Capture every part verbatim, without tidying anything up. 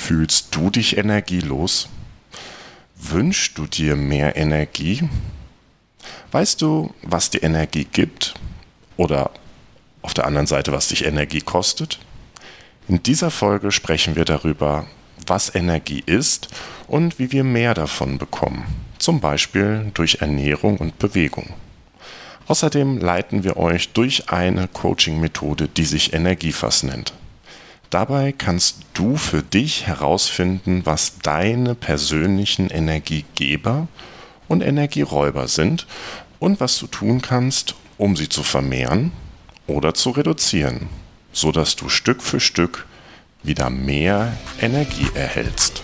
Fühlst du dich energielos? Wünschst du dir mehr Energie? Weißt du, was dir Energie gibt? Oder auf der anderen Seite, was dich Energie kostet? In dieser Folge sprechen wir darüber, was Energie ist und wie wir mehr davon bekommen. Zum Beispiel durch Ernährung und Bewegung. Außerdem leiten wir euch durch eine Coaching-Methode, die sich Energiefass nennt. Dabei kannst du für dich herausfinden, was deine persönlichen Energiegeber und Energieräuber sind und was du tun kannst, um sie zu vermehren oder zu reduzieren, sodass du Stück für Stück wieder mehr Energie erhältst.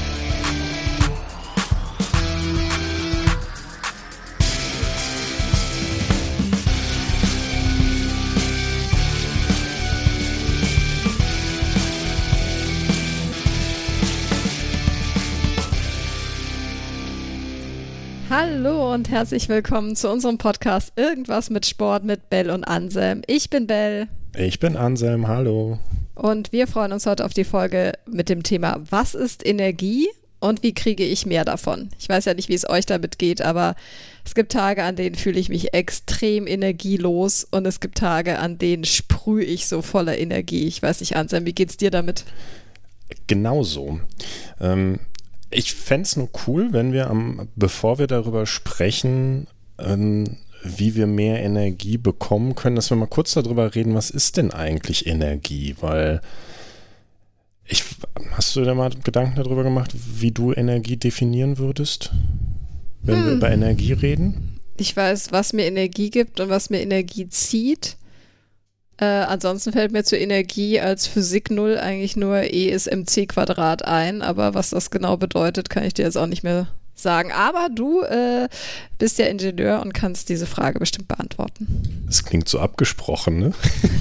Hallo und herzlich willkommen zu unserem Podcast Irgendwas mit Sport mit Bell und Anselm. Ich bin Bell. Ich bin Anselm, hallo. Und wir freuen uns heute auf die Folge mit dem Thema: Was ist Energie und wie kriege ich mehr davon? Ich weiß ja nicht, wie es euch damit geht, aber es gibt Tage, an denen fühle ich mich extrem energielos und es gibt Tage, an denen sprühe ich so voller Energie. Ich weiß nicht, Anselm, wie geht's dir damit? Genauso. Ähm, Ich fände es nur cool, wenn wir, am, bevor wir darüber sprechen, ähm, wie wir mehr Energie bekommen können, dass wir mal kurz darüber reden, was ist denn eigentlich Energie? Weil, ich, hast du dir mal Gedanken darüber gemacht, wie du Energie definieren würdest, wenn hm. wir über Energie reden? Ich weiß, was mir Energie gibt und was mir Energie zieht. Äh, ansonsten fällt mir zur Energie als Physik null eigentlich nur E ist mc Quadrat ein, aber was das genau bedeutet, kann ich dir jetzt auch nicht mehr sagen. Aber du äh, bist ja Ingenieur und kannst diese Frage bestimmt beantworten. Das klingt so abgesprochen, ne?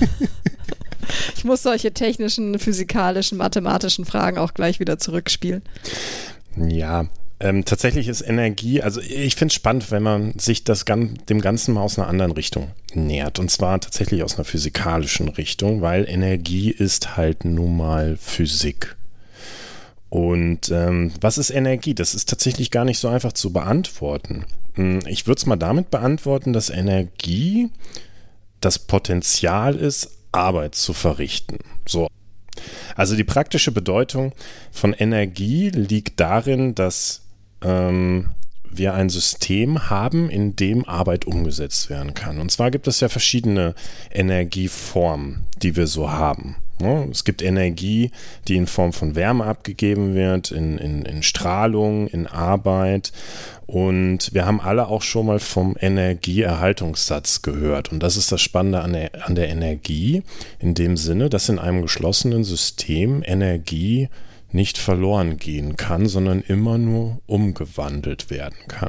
Ich muss solche technischen, physikalischen, mathematischen Fragen auch gleich wieder zurückspielen. Ja, Ähm, tatsächlich ist Energie, also ich finde es spannend, wenn man sich das Gan- dem Ganzen mal aus einer anderen Richtung nähert. Und zwar tatsächlich aus einer physikalischen Richtung, weil Energie ist halt nun mal Physik. Und ähm, was ist Energie? Das ist tatsächlich gar nicht so einfach zu beantworten. Ich würde es mal damit beantworten, dass Energie das Potenzial ist, Arbeit zu verrichten. So. Also die praktische Bedeutung von Energie liegt darin, dass ähm, wir ein System haben, in dem Arbeit umgesetzt werden kann. Und zwar gibt es ja verschiedene Energieformen, die wir so haben. Ja, es gibt Energie, die in Form von Wärme abgegeben wird, in, in, in Strahlung, in Arbeit. Und wir haben alle auch schon mal vom Energieerhaltungssatz gehört. Und das ist das Spannende an der, an der Energie, in dem Sinne, dass in einem geschlossenen System Energie nicht verloren gehen kann, sondern immer nur umgewandelt werden kann.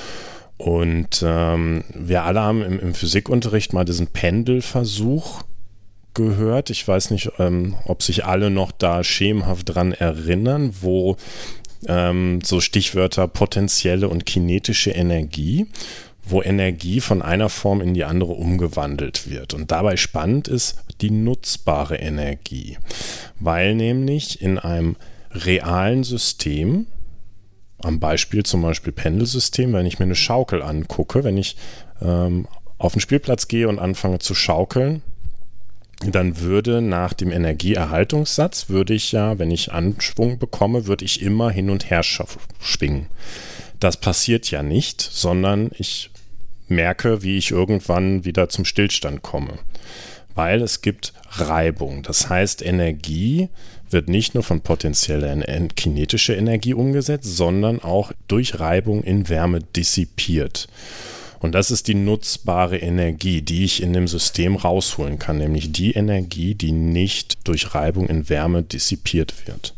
Und ähm, wir alle haben im, im Physikunterricht mal diesen Pendelversuch gehört. Ich weiß nicht, ähm, ob sich alle noch da schemenhaft dran erinnern, wo ähm, so Stichwörter potenzielle und kinetische Energie, wo Energie von einer Form in die andere umgewandelt wird. Und dabei spannend ist die nutzbare Energie, weil nämlich in einem realen System, am Beispiel zum Beispiel Pendelsystem, wenn ich mir eine Schaukel angucke, wenn ich ähm, auf den Spielplatz gehe und anfange zu schaukeln, dann würde nach dem Energieerhaltungssatz, würde ich ja, wenn ich Anschwung bekomme, würde ich immer hin und her schwingen. Das passiert ja nicht, sondern ich merke, wie ich irgendwann wieder zum Stillstand komme, weil es gibt Reibung. Das heißt, Energie wird nicht nur von potenzieller kinetischer Energie umgesetzt, sondern auch durch Reibung in Wärme dissipiert. Und das ist die nutzbare Energie, die ich in dem System rausholen kann, nämlich die Energie, die nicht durch Reibung in Wärme dissipiert wird.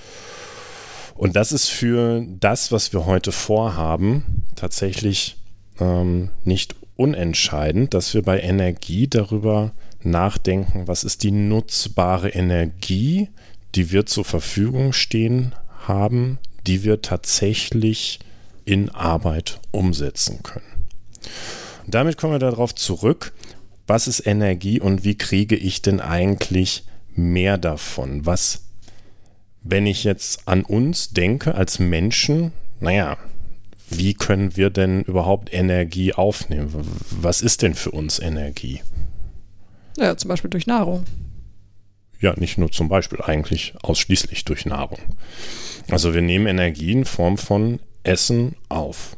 Und das ist für das, was wir heute vorhaben, tatsächlich ähm, nicht unentscheidend, dass wir bei Energie darüber nachdenken, was ist die nutzbare Energie, die wir zur Verfügung stehen haben, die wir tatsächlich in Arbeit umsetzen können. Und damit kommen wir darauf zurück, was ist Energie und wie kriege ich denn eigentlich mehr davon? Was, Wenn ich jetzt an uns denke als Menschen, naja, wie können wir denn überhaupt Energie aufnehmen? Was ist denn für uns Energie? Ja, zum Beispiel durch Nahrung. Ja, nicht nur zum Beispiel, eigentlich ausschließlich durch Nahrung. Also wir nehmen Energie in Form von Essen auf.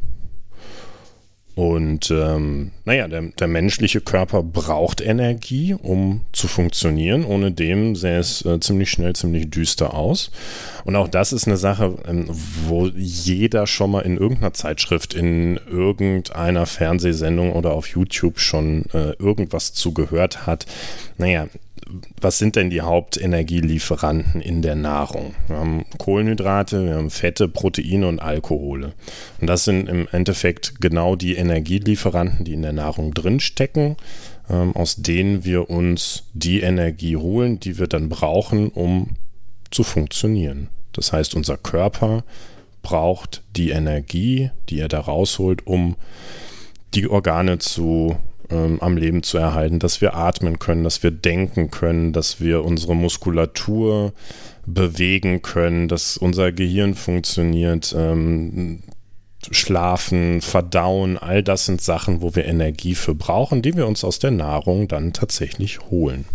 Und ähm, naja, der, der menschliche Körper braucht Energie, um zu funktionieren. Ohne dem sähe es äh, ziemlich schnell ziemlich düster aus. Und auch das ist eine Sache, ähm, wo jeder schon mal in irgendeiner Zeitschrift, in irgendeiner Fernsehsendung oder auf YouTube schon äh, irgendwas zugehört hat. Naja, was sind denn die Hauptenergielieferanten in der Nahrung? Wir haben Kohlenhydrate, wir haben Fette, Proteine und Alkohole. Und das sind im Endeffekt genau die Energielieferanten, die in der Nahrung drinstecken, ähm, aus denen wir uns die Energie holen, die wir dann brauchen, um zu funktionieren. Das heißt, unser Körper braucht die Energie, die er da rausholt, um die Organe zu ähm, am Leben zu erhalten, dass wir atmen können, dass wir denken können, dass wir unsere Muskulatur bewegen können, dass unser Gehirn funktioniert, ähm, schlafen, verdauen, all das sind Sachen, wo wir Energie für brauchen, die wir uns aus der Nahrung dann tatsächlich holen.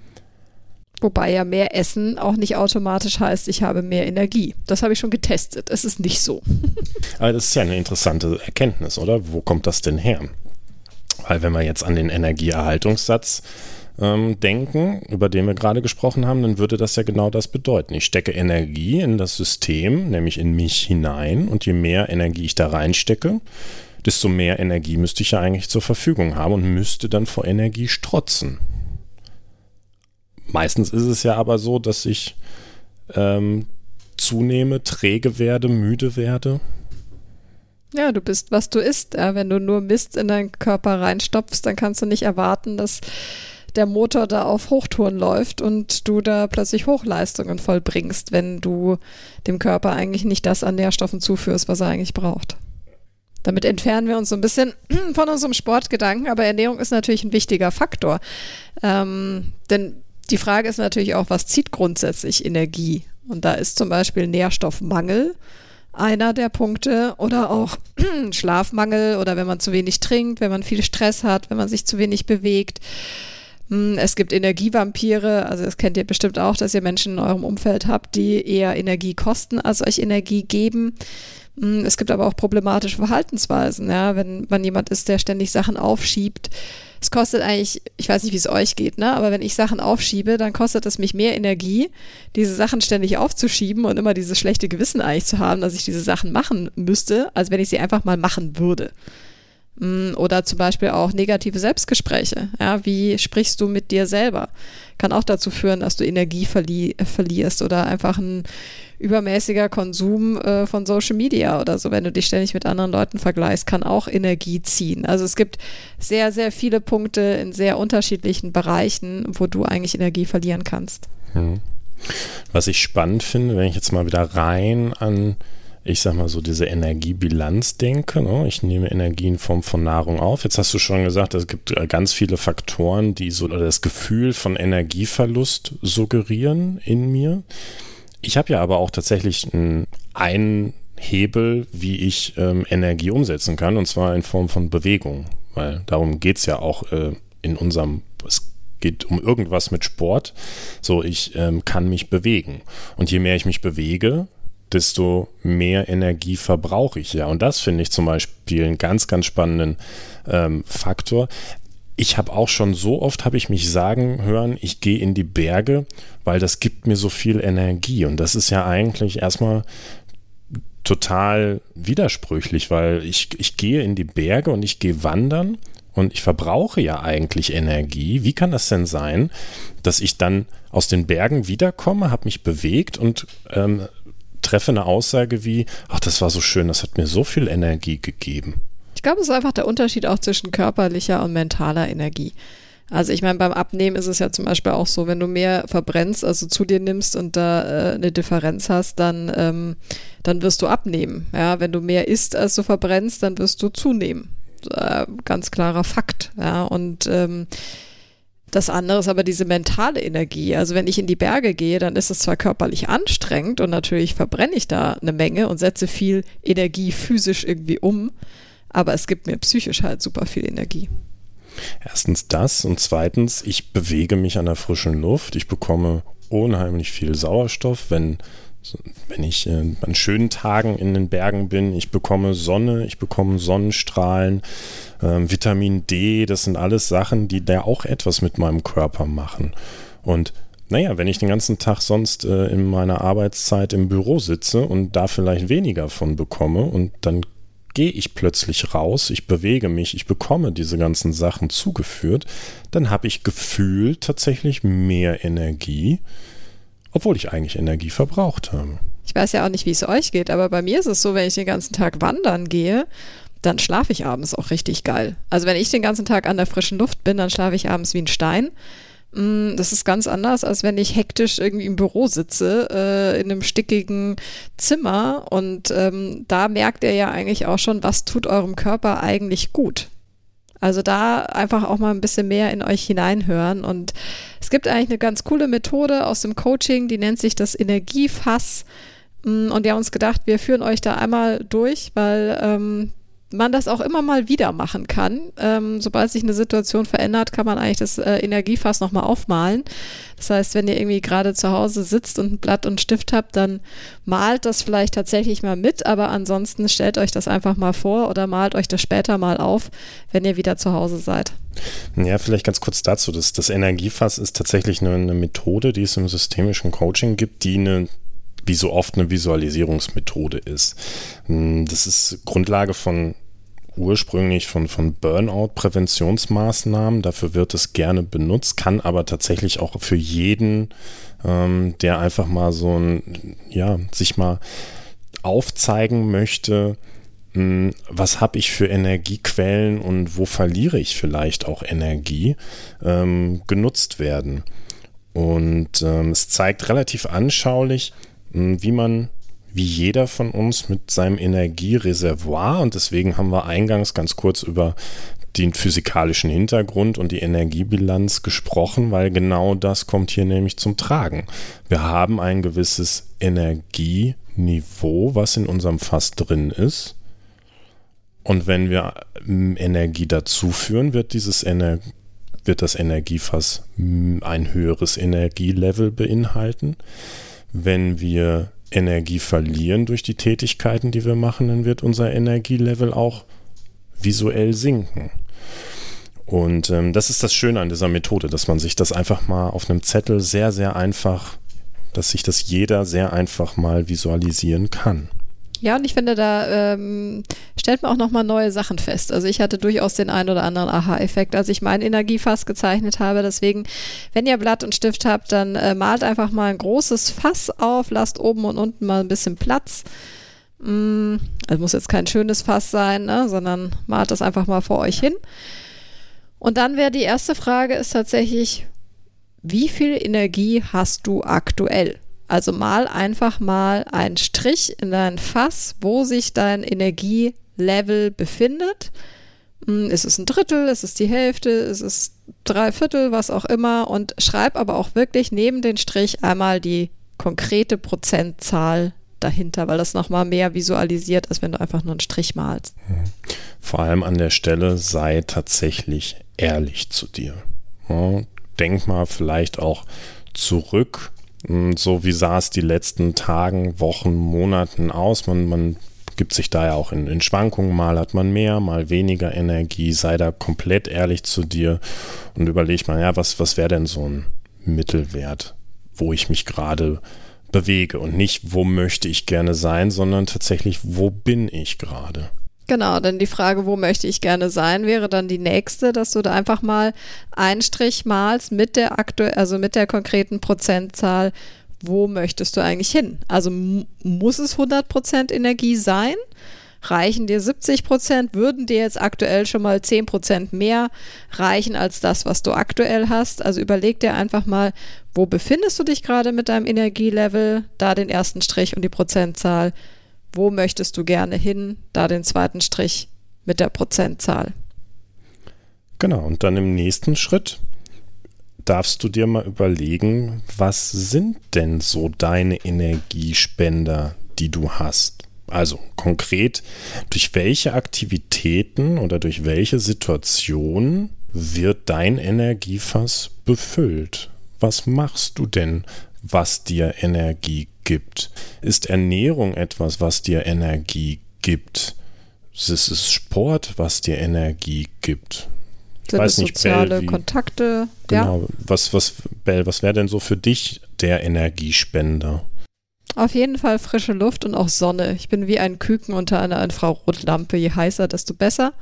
Wobei ja mehr Essen auch nicht automatisch heißt, ich habe mehr Energie. Das habe ich schon getestet. Es ist nicht so. Aber das ist ja eine interessante Erkenntnis, oder? Wo kommt das denn her? Weil wenn wir jetzt an den Energieerhaltungssatz ähm, denken, über den wir gerade gesprochen haben, dann würde das ja genau das bedeuten. Ich stecke Energie in das System, nämlich in mich hinein, und je mehr Energie ich da reinstecke, desto mehr Energie müsste ich ja eigentlich zur Verfügung haben und müsste dann vor Energie strotzen. Meistens ist es ja aber so, dass ich ähm, zunehme, träge werde, müde werde. Ja, du bist, was du isst. Ja, wenn du nur Mist in deinen Körper reinstopfst, dann kannst du nicht erwarten, dass der Motor da auf Hochtouren läuft und du da plötzlich Hochleistungen vollbringst, wenn du dem Körper eigentlich nicht das an Nährstoffen zuführst, was er eigentlich braucht. Damit entfernen wir uns so ein bisschen von unserem Sportgedanken, aber Ernährung ist natürlich ein wichtiger Faktor. Ähm, denn die Frage ist natürlich auch, was zieht grundsätzlich Energie? Und da ist zum Beispiel Nährstoffmangel einer der Punkte oder auch Schlafmangel oder wenn man zu wenig trinkt, wenn man viel Stress hat, wenn man sich zu wenig bewegt. Es gibt Energievampire, also das kennt ihr bestimmt auch, dass ihr Menschen in eurem Umfeld habt, die eher Energie kosten, als euch Energie geben. Es gibt aber auch problematische Verhaltensweisen, ja, wenn man jemand ist, der ständig Sachen aufschiebt. Es kostet eigentlich, ich weiß nicht, wie es euch geht, ne? Aber wenn ich Sachen aufschiebe, dann kostet es mich mehr Energie, diese Sachen ständig aufzuschieben und immer dieses schlechte Gewissen eigentlich zu haben, dass ich diese Sachen machen müsste, als wenn ich sie einfach mal machen würde. Oder zum Beispiel auch negative Selbstgespräche. Ja, wie sprichst du mit dir selber? Kann auch dazu führen, dass du Energie verli- verlierst oder einfach ein übermäßiger Konsum äh, von Social Media oder so, wenn du dich ständig mit anderen Leuten vergleichst, kann auch Energie ziehen. Also es gibt sehr, sehr viele Punkte in sehr unterschiedlichen Bereichen, wo du eigentlich Energie verlieren kannst. Hm. Was ich spannend finde, wenn ich jetzt mal wieder rein an ich sag mal so, diese Energiebilanz denke. Ne? Ich nehme Energie in Form von Nahrung auf. Jetzt hast du schon gesagt, es gibt ganz viele Faktoren, die so das Gefühl von Energieverlust suggerieren in mir. Ich habe ja aber auch tatsächlich einen, einen Hebel, wie ich ähm, Energie umsetzen kann, und zwar in Form von Bewegung. Weil darum geht es ja auch äh, in unserem, es geht um irgendwas mit Sport. So, ich ähm, kann mich bewegen. Und je mehr ich mich bewege, desto mehr Energie verbrauche ich ja. Und das finde ich zum Beispiel einen ganz, ganz spannenden ähm, Faktor. Ich habe auch schon so oft, habe ich mich sagen hören, ich gehe in die Berge, weil das gibt mir so viel Energie. Und das ist ja eigentlich erstmal total widersprüchlich, weil ich, ich gehe in die Berge und ich gehe wandern und ich verbrauche ja eigentlich Energie. Wie kann das denn sein, dass ich dann aus den Bergen wiederkomme, habe mich bewegt und ähm, treffe eine Aussage wie, ach, das war so schön, das hat mir so viel Energie gegeben. Ich glaube, es ist einfach der Unterschied auch zwischen körperlicher und mentaler Energie. Also ich meine, beim Abnehmen ist es ja zum Beispiel auch so, wenn du mehr verbrennst, also zu dir nimmst und da äh, eine Differenz hast, dann, ähm, dann wirst du abnehmen. Ja, wenn du mehr isst, als du verbrennst, dann wirst du zunehmen. Äh, ganz klarer Fakt. Ja, und ähm, Das andere ist aber diese mentale Energie. Also wenn ich in die Berge gehe, dann ist es zwar körperlich anstrengend und natürlich verbrenne ich da eine Menge und setze viel Energie physisch irgendwie um, aber es gibt mir psychisch halt super viel Energie. Erstens das und zweitens, ich bewege mich an der frischen Luft. Ich bekomme unheimlich viel Sauerstoff, wenn, wenn ich äh, an schönen Tagen in den Bergen bin. Ich bekomme Sonne, ich bekomme Sonnenstrahlen, äh, Vitamin D. Das sind alles Sachen, die da auch etwas mit meinem Körper machen. Und naja, wenn ich den ganzen Tag sonst äh, in meiner Arbeitszeit im Büro sitze und da vielleicht weniger von bekomme und dann gehe ich plötzlich raus, ich bewege mich, ich bekomme diese ganzen Sachen zugeführt, dann habe ich gefühlt tatsächlich mehr Energie, obwohl ich eigentlich Energie verbraucht habe. Ich weiß ja auch nicht, wie es euch geht, aber bei mir ist es so, wenn ich den ganzen Tag wandern gehe, dann schlafe ich abends auch richtig geil. Also wenn ich den ganzen Tag an der frischen Luft bin, dann schlafe ich abends wie ein Stein. Das ist ganz anders, als wenn ich hektisch irgendwie im Büro sitze, äh, in einem stickigen Zimmer. Und ähm, da merkt ihr ja eigentlich auch schon, was tut eurem Körper eigentlich gut. Also da einfach auch mal ein bisschen mehr in euch hineinhören. Und es gibt eigentlich eine ganz coole Methode aus dem Coaching, die nennt sich das Energiefass. Und wir haben uns gedacht, wir führen euch da einmal durch, weil ähm, man das auch immer mal wieder machen kann. Ähm, sobald sich eine Situation verändert, kann man eigentlich das äh, Energiefass nochmal aufmalen. Das heißt, wenn ihr irgendwie gerade zu Hause sitzt und ein Blatt und einen Stift habt, dann malt das vielleicht tatsächlich mal mit, aber ansonsten stellt euch das einfach mal vor oder malt euch das später mal auf, wenn ihr wieder zu Hause seid. Ja, vielleicht ganz kurz dazu. Das, das Energiefass ist tatsächlich eine, eine Methode, die es im systemischen Coaching gibt, die eine wie so oft eine Visualisierungsmethode ist. Das ist Grundlage von ursprünglich von, von Burnout-Präventionsmaßnahmen. Dafür wird es gerne benutzt, kann aber tatsächlich auch für jeden, ähm, der einfach mal so ein, ja, sich mal aufzeigen möchte, mh, was habe ich für Energiequellen und wo verliere ich vielleicht auch Energie, ähm, genutzt werden. Und ähm, es zeigt relativ anschaulich, mh, wie man wie jeder von uns mit seinem Energiereservoir, und deswegen haben wir eingangs ganz kurz über den physikalischen Hintergrund und die Energiebilanz gesprochen, weil genau das kommt hier nämlich zum Tragen. Wir haben ein gewisses Energieniveau, was in unserem Fass drin ist, und wenn wir Energie dazuführen, wird dieses Ener- wird das Energiefass ein höheres Energielevel beinhalten. Wenn wir Energie verlieren durch die Tätigkeiten, die wir machen, dann wird unser Energielevel auch visuell sinken. Und ähm, das ist das Schöne an dieser Methode, dass man sich das einfach mal auf einem Zettel sehr, sehr einfach, dass sich das jeder sehr einfach mal visualisieren kann. Ja, und ich finde, da ähm, stellt man auch nochmal neue Sachen fest. Also ich hatte durchaus den einen oder anderen Aha-Effekt, als ich mein Energiefass gezeichnet habe. Deswegen, wenn ihr Blatt und Stift habt, dann äh, malt einfach mal ein großes Fass auf, lasst oben und unten mal ein bisschen Platz. Mm, also muss jetzt kein schönes Fass sein, ne, sondern malt das einfach mal vor euch hin. Und dann wäre die erste Frage ist tatsächlich, wie viel Energie hast du aktuell? Also mal einfach mal einen Strich in dein Fass, wo sich dein Energielevel befindet. Ist es ein Drittel, ist es die Hälfte, ist es drei Viertel, was auch immer. Und schreib aber auch wirklich neben den Strich einmal die konkrete Prozentzahl dahinter, weil das nochmal mehr visualisiert, als wenn du einfach nur einen Strich malst. Vor allem an der Stelle sei tatsächlich ehrlich zu dir. Ja, denk mal vielleicht auch zurück. So wie sah es die letzten Tagen, Wochen, Monaten aus? Man, man gibt sich da ja auch in, in Schwankungen. Mal hat man mehr, mal weniger Energie. Sei da komplett ehrlich zu dir und überleg mal, ja, was, was wäre denn so ein Mittelwert, wo ich mich gerade bewege? Und nicht, wo möchte ich gerne sein, sondern tatsächlich, wo bin ich gerade? Genau, denn die Frage, wo möchte ich gerne sein, wäre dann die nächste, dass du da einfach mal einen Strich malst mit der aktu- also mit der konkreten Prozentzahl, wo möchtest du eigentlich hin? Also m- muss es hundert Prozent Energie sein? Reichen dir siebzig Prozent? Würden dir jetzt aktuell schon mal zehn Prozent mehr reichen als das, was du aktuell hast? Also überleg dir einfach mal, wo befindest du dich gerade mit deinem Energielevel? Da den ersten Strich und die Prozentzahl. Wo möchtest du gerne hin? Da den zweiten Strich mit der Prozentzahl. Genau, und dann im nächsten Schritt darfst du dir mal überlegen, was sind denn so deine Energiespender, die du hast? Also konkret, durch welche Aktivitäten oder durch welche Situationen wird dein Energiefass befüllt? Was machst du denn, was dir Energie gibt? Ist Ernährung etwas, was dir Energie gibt? Ist es Sport, was dir Energie gibt? Ich Sind weiß es nicht, soziale Bell, wie, Kontakte? genau, Ja. was, was, Bell, was wäre denn so für dich der Energiespender? Auf jeden Fall frische Luft und auch Sonne. Ich bin wie ein Küken unter einer Infrarotlampe. Je heißer, desto besser.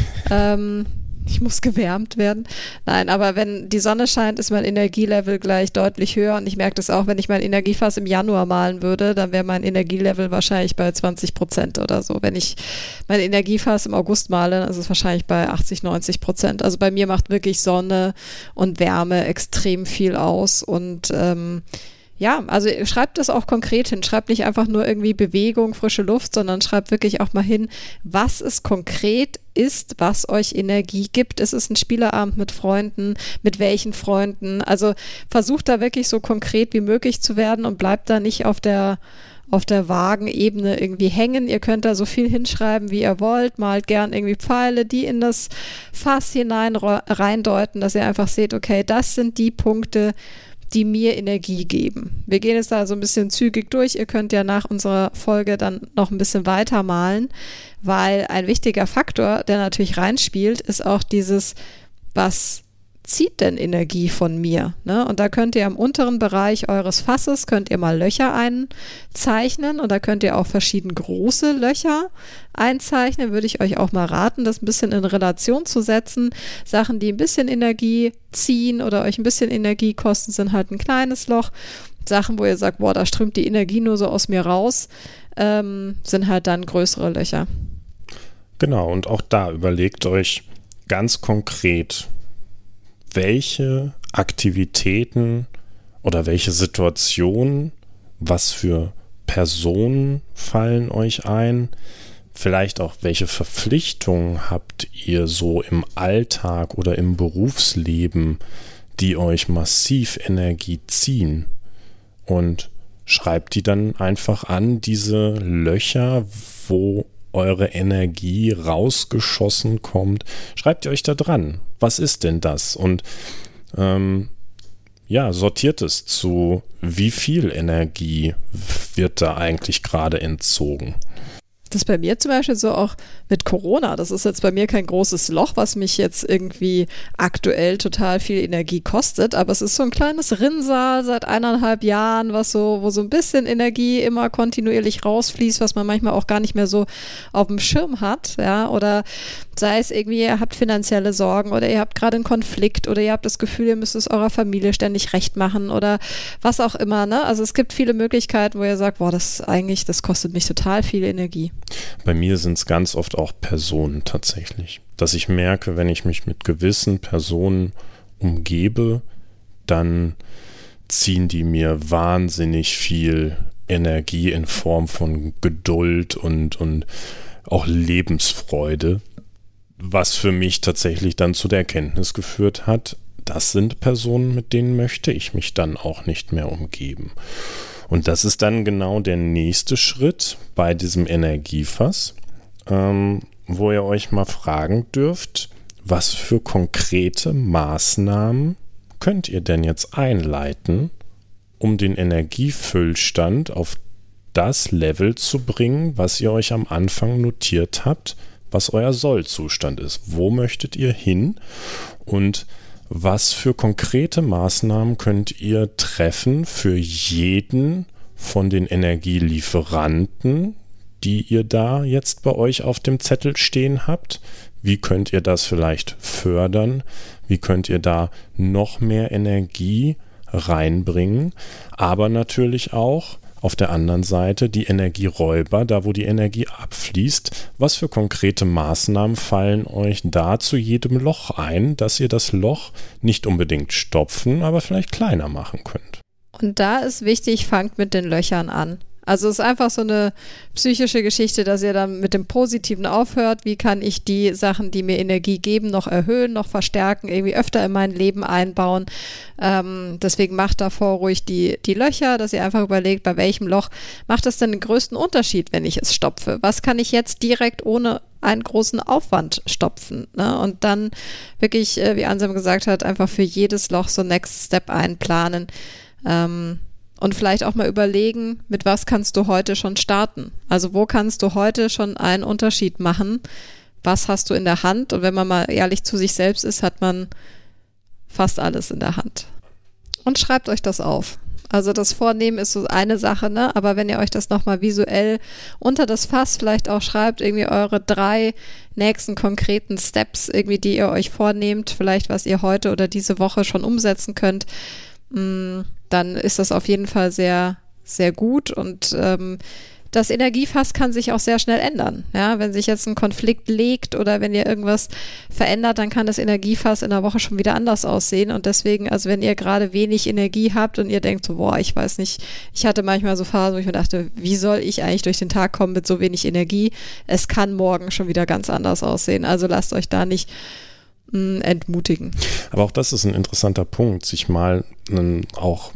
ähm, ich muss gewärmt werden. Nein, aber wenn die Sonne scheint, ist mein Energielevel gleich deutlich höher. Und ich merke das auch, wenn ich mein Energiefass im Januar malen würde, dann wäre mein Energielevel wahrscheinlich bei zwanzig Prozent oder so. Wenn ich mein Energiefass im August male, dann ist es wahrscheinlich bei achtzig, neunzig Prozent. Also bei mir macht wirklich Sonne und Wärme extrem viel aus. Und ähm, ja, also schreibt das auch konkret hin. Schreibt nicht einfach nur irgendwie Bewegung, frische Luft, sondern schreibt wirklich auch mal hin, was es konkret ist, was euch Energie gibt. Ist es ein Spieleabend mit Freunden? Mit welchen Freunden? Also versucht da wirklich so konkret wie möglich zu werden und bleibt da nicht auf der auf der vagen Ebene irgendwie hängen. Ihr könnt da so viel hinschreiben, wie ihr wollt. Malt gern irgendwie Pfeile, die in das Fass hinein reindeuten, dass ihr einfach seht, okay, das sind die Punkte, die mir Energie geben. Wir gehen jetzt da so ein bisschen zügig durch. Ihr könnt ja nach unserer Folge dann noch ein bisschen weiter malen, weil ein wichtiger Faktor, der natürlich reinspielt, ist auch dieses, was zieht denn Energie von mir? Ne? Und da könnt ihr im unteren Bereich eures Fasses, könnt ihr mal Löcher einzeichnen und da könnt ihr auch verschieden große Löcher einzeichnen. Würde ich euch auch mal raten, das ein bisschen in Relation zu setzen. Sachen, die ein bisschen Energie ziehen oder euch ein bisschen Energie kosten, sind halt ein kleines Loch. Sachen, wo ihr sagt, boah, da strömt die Energie nur so aus mir raus, ähm, sind halt dann größere Löcher. Genau, und auch da überlegt euch ganz konkret, welche Aktivitäten oder welche Situationen, was für Personen fallen euch ein, vielleicht auch welche Verpflichtungen habt ihr so im Alltag oder im Berufsleben, die euch massiv Energie ziehen, und schreibt die dann einfach an, diese Löcher, wo eure Energie rausgeschossen kommt. Schreibt ihr euch da dran, was ist denn das? Und ähm, ja, sortiert es zu, wie viel Energie wird da eigentlich gerade entzogen. Das ist bei mir zum Beispiel so auch mit Corona. Das ist jetzt bei mir kein großes Loch, was mich jetzt irgendwie aktuell total viel Energie kostet, aber es ist so ein kleines Rinnsal seit eineinhalb Jahren, was so, wo so ein bisschen Energie immer kontinuierlich rausfließt, was man manchmal auch gar nicht mehr so auf dem Schirm hat, ja, oder sei es irgendwie, ihr habt finanzielle Sorgen oder ihr habt gerade einen Konflikt oder ihr habt das Gefühl, ihr müsst es eurer Familie ständig recht machen oder was auch immer, ne? Also es gibt viele Möglichkeiten, wo ihr sagt, boah, das eigentlich, das kostet mich total viel Energie. Bei mir sind es ganz oft auch Personen tatsächlich, dass ich merke, wenn ich mich mit gewissen Personen umgebe, dann ziehen die mir wahnsinnig viel Energie in Form von Geduld und, und auch Lebensfreude, was für mich tatsächlich dann zu der Erkenntnis geführt hat, das sind Personen, mit denen möchte ich mich dann auch nicht mehr umgeben. Und das ist dann genau der nächste Schritt bei diesem Energiefass, ähm, wo ihr euch mal fragen dürft, was für konkrete Maßnahmen könnt ihr denn jetzt einleiten, um den Energiefüllstand auf das Level zu bringen, was ihr euch am Anfang notiert habt, was euer Sollzustand ist. Wo möchtet ihr hin und was für konkrete Maßnahmen könnt ihr treffen für jeden von den Energielieferanten, die ihr da jetzt bei euch auf dem Zettel stehen habt? Wie könnt ihr das vielleicht fördern? Wie könnt ihr da noch mehr Energie reinbringen? Aber natürlich auch auf der anderen Seite die Energieräuber, da wo die Energie abfließt. Was für konkrete Maßnahmen fallen euch da zu jedem Loch ein, dass ihr das Loch nicht unbedingt stopfen, aber vielleicht kleiner machen könnt? Und da ist wichtig, fangt mit den Löchern an. Also es ist einfach so eine psychische Geschichte, dass ihr dann mit dem Positiven aufhört. Wie kann ich die Sachen, die mir Energie geben, noch erhöhen, noch verstärken, irgendwie öfter in mein Leben einbauen. Ähm, deswegen macht davor ruhig die, die Löcher, dass ihr einfach überlegt, bei welchem Loch macht es denn den größten Unterschied, wenn ich es stopfe? Was kann ich jetzt direkt ohne einen großen Aufwand stopfen, ne? Und dann wirklich, äh, wie Ansem gesagt hat, einfach für jedes Loch so Next Step einplanen. Ähm, Und vielleicht auch mal überlegen, mit was kannst du heute schon starten? Also wo kannst du heute schon einen Unterschied machen? Was hast du in der Hand? Und wenn man mal ehrlich zu sich selbst ist, hat man fast alles in der Hand. Und schreibt euch das auf. Also das Vornehmen ist so eine Sache, ne? Aber wenn ihr euch das nochmal visuell unter das Fass vielleicht auch schreibt, irgendwie eure drei nächsten konkreten Steps, irgendwie, die ihr euch vornehmt, vielleicht was ihr heute oder diese Woche schon umsetzen könnt, mh, dann ist das auf jeden Fall sehr, sehr gut und ähm, das Energiefass kann sich auch sehr schnell ändern. Ja, wenn sich jetzt ein Konflikt legt oder wenn ihr irgendwas verändert, dann kann das Energiefass in der Woche schon wieder anders aussehen und deswegen, also wenn ihr gerade wenig Energie habt und ihr denkt so, boah, ich weiß nicht, ich hatte manchmal so Phasen, wo ich mir dachte, wie soll ich eigentlich durch den Tag kommen mit so wenig Energie? Es kann morgen schon wieder ganz anders aussehen, also lasst euch da nicht entmutigen. Aber auch das ist ein interessanter Punkt, sich mal ähm, auch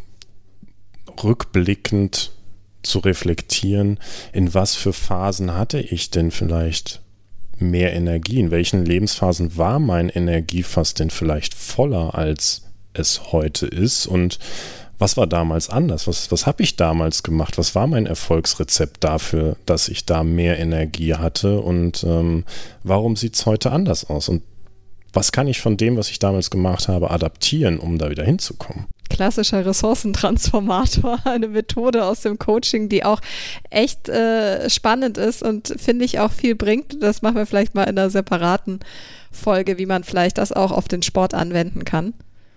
rückblickend zu reflektieren, in was für Phasen hatte ich denn vielleicht mehr Energie, in welchen Lebensphasen war mein Energiefass denn vielleicht voller, als es heute ist und was war damals anders, was, was habe ich damals gemacht, was war mein Erfolgsrezept dafür, dass ich da mehr Energie hatte und ähm, warum sieht es heute anders aus und was kann ich von dem, was ich damals gemacht habe, adaptieren, um da wieder hinzukommen? Klassischer Ressourcentransformator, eine Methode aus dem Coaching, die auch echt äh, spannend ist und finde ich auch viel bringt. Das machen wir vielleicht mal in einer separaten Folge, wie man vielleicht das auch auf den Sport anwenden kann.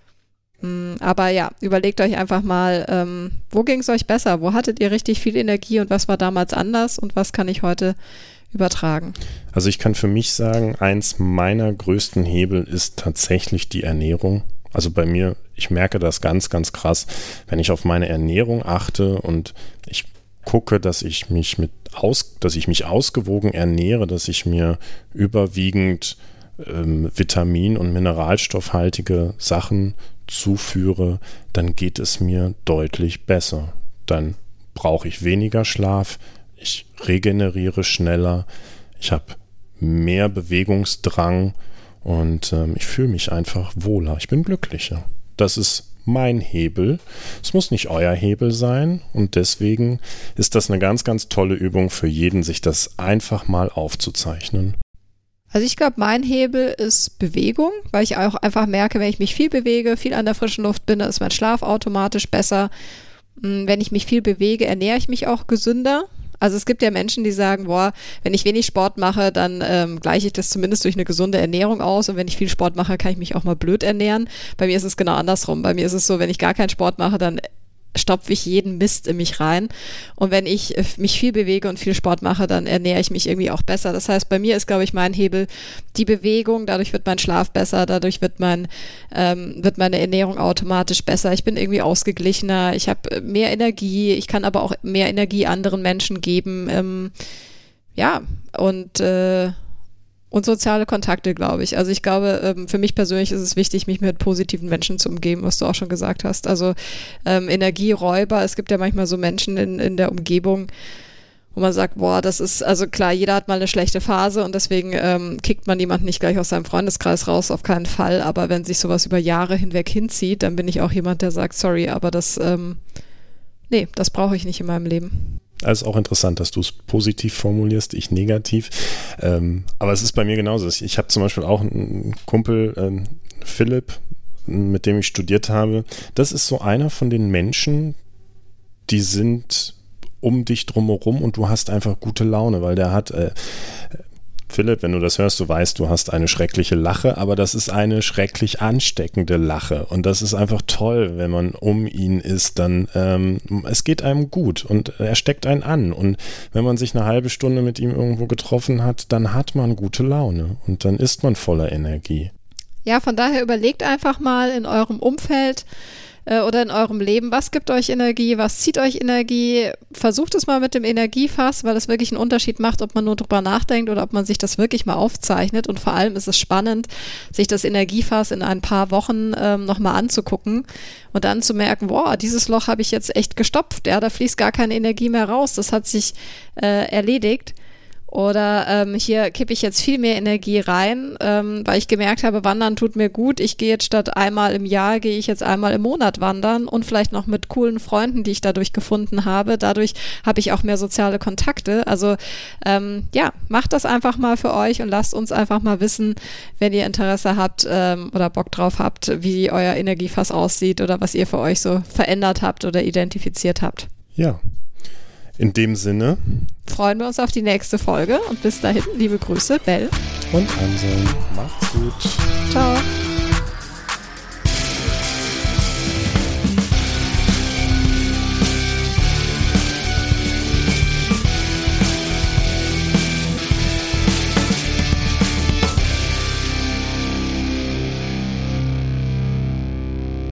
Mm, aber ja, überlegt euch einfach mal, ähm, wo ging es euch besser? Wo hattet ihr richtig viel Energie und was war damals anders und was kann ich heute übertragen? Also ich kann für mich sagen, eins meiner größten Hebel ist tatsächlich die Ernährung. Also bei mir, ich merke das ganz, ganz krass, wenn ich auf meine Ernährung achte und ich gucke, dass ich mich mit aus, dass ich mich ausgewogen ernähre, dass ich mir überwiegend ähm, vitamin- und mineralstoffhaltige Sachen zuführe, dann geht es mir deutlich besser. Dann brauche ich weniger Schlaf, ich regeneriere schneller, ich habe mehr Bewegungsdrang und ähm, ich fühle mich einfach wohler, ich bin glücklicher. Das ist mein Hebel. Es muss nicht euer Hebel sein und deswegen ist das eine ganz, ganz tolle Übung für jeden, sich das einfach mal aufzuzeichnen. Also ich glaube, mein Hebel ist Bewegung, weil ich auch einfach merke, wenn ich mich viel bewege, viel an der frischen Luft bin, dann ist mein Schlaf automatisch besser. Wenn ich mich viel bewege, ernähre ich mich auch gesünder. Also es gibt ja Menschen, die sagen, boah, wenn ich wenig Sport mache, dann ähm, gleiche ich das zumindest durch eine gesunde Ernährung aus und wenn ich viel Sport mache, kann ich mich auch mal blöd ernähren. Bei mir ist es genau andersrum. Bei mir ist es so, wenn ich gar keinen Sport mache, dann stopfe ich jeden Mist in mich rein und wenn ich mich viel bewege und viel Sport mache, dann ernähre ich mich irgendwie auch besser. Das heißt, bei mir ist, glaube ich, mein Hebel die Bewegung, dadurch wird mein Schlaf besser, dadurch wird mein ähm, wird meine Ernährung automatisch besser. Ich bin irgendwie ausgeglichener, ich habe mehr Energie, ich kann aber auch mehr Energie anderen Menschen geben. Ähm, ja, und äh, Und soziale Kontakte, glaube ich. Also ich glaube, ähm, für mich persönlich ist es wichtig, mich mit positiven Menschen zu umgeben, was du auch schon gesagt hast. Also ähm, Energieräuber, es gibt ja manchmal so Menschen in, in der Umgebung, wo man sagt, boah, das ist, also klar, jeder hat mal eine schlechte Phase und deswegen ähm, kickt man jemanden nicht gleich aus seinem Freundeskreis raus, auf keinen Fall. Aber wenn sich sowas über Jahre hinweg hinzieht, dann bin ich auch jemand, der sagt, sorry, aber das, ähm, nee, das brauche ich nicht in meinem Leben. Also auch interessant, dass du es positiv formulierst, ich negativ. Ähm, aber es ist bei mir genauso. Ich, ich habe zum Beispiel auch einen Kumpel, ähm, Philipp, mit dem ich studiert habe. Das ist so einer von den Menschen, die sind um dich drumherum und du hast einfach gute Laune, weil der hat... Äh, Philipp, wenn du das hörst, du weißt, du hast eine schreckliche Lache, aber das ist eine schrecklich ansteckende Lache und das ist einfach toll, wenn man um ihn ist, dann ähm, es geht einem gut und er steckt einen an und wenn man sich eine halbe Stunde mit ihm irgendwo getroffen hat, dann hat man gute Laune und dann ist man voller Energie. Ja, von daher überlegt einfach mal in eurem Umfeld, äh, oder in eurem Leben. Was gibt euch Energie? Was zieht euch Energie? Versucht es mal mit dem Energiefass, weil es wirklich einen Unterschied macht, ob man nur drüber nachdenkt oder ob man sich das wirklich mal aufzeichnet. Und vor allem ist es spannend, sich das Energiefass in ein paar Wochen ähm, nochmal anzugucken und dann zu merken, boah, dieses Loch habe ich jetzt echt gestopft. Ja, da fließt gar keine Energie mehr raus. Das hat sich äh, erledigt. Oder ähm, hier kippe ich jetzt viel mehr Energie rein, ähm, weil ich gemerkt habe, Wandern tut mir gut. Ich gehe jetzt statt einmal im Jahr, gehe ich jetzt einmal im Monat wandern und vielleicht noch mit coolen Freunden, die ich dadurch gefunden habe. Dadurch habe ich auch mehr soziale Kontakte. Also ähm, ja, macht das einfach mal für euch und lasst uns einfach mal wissen, wenn ihr Interesse habt ähm, oder Bock drauf habt, wie euer Energiefass aussieht oder was ihr für euch so verändert habt oder identifiziert habt. Ja. In dem Sinne freuen wir uns auf die nächste Folge und bis dahin, liebe Grüße, Bell und Anselm. Macht's gut. Ciao.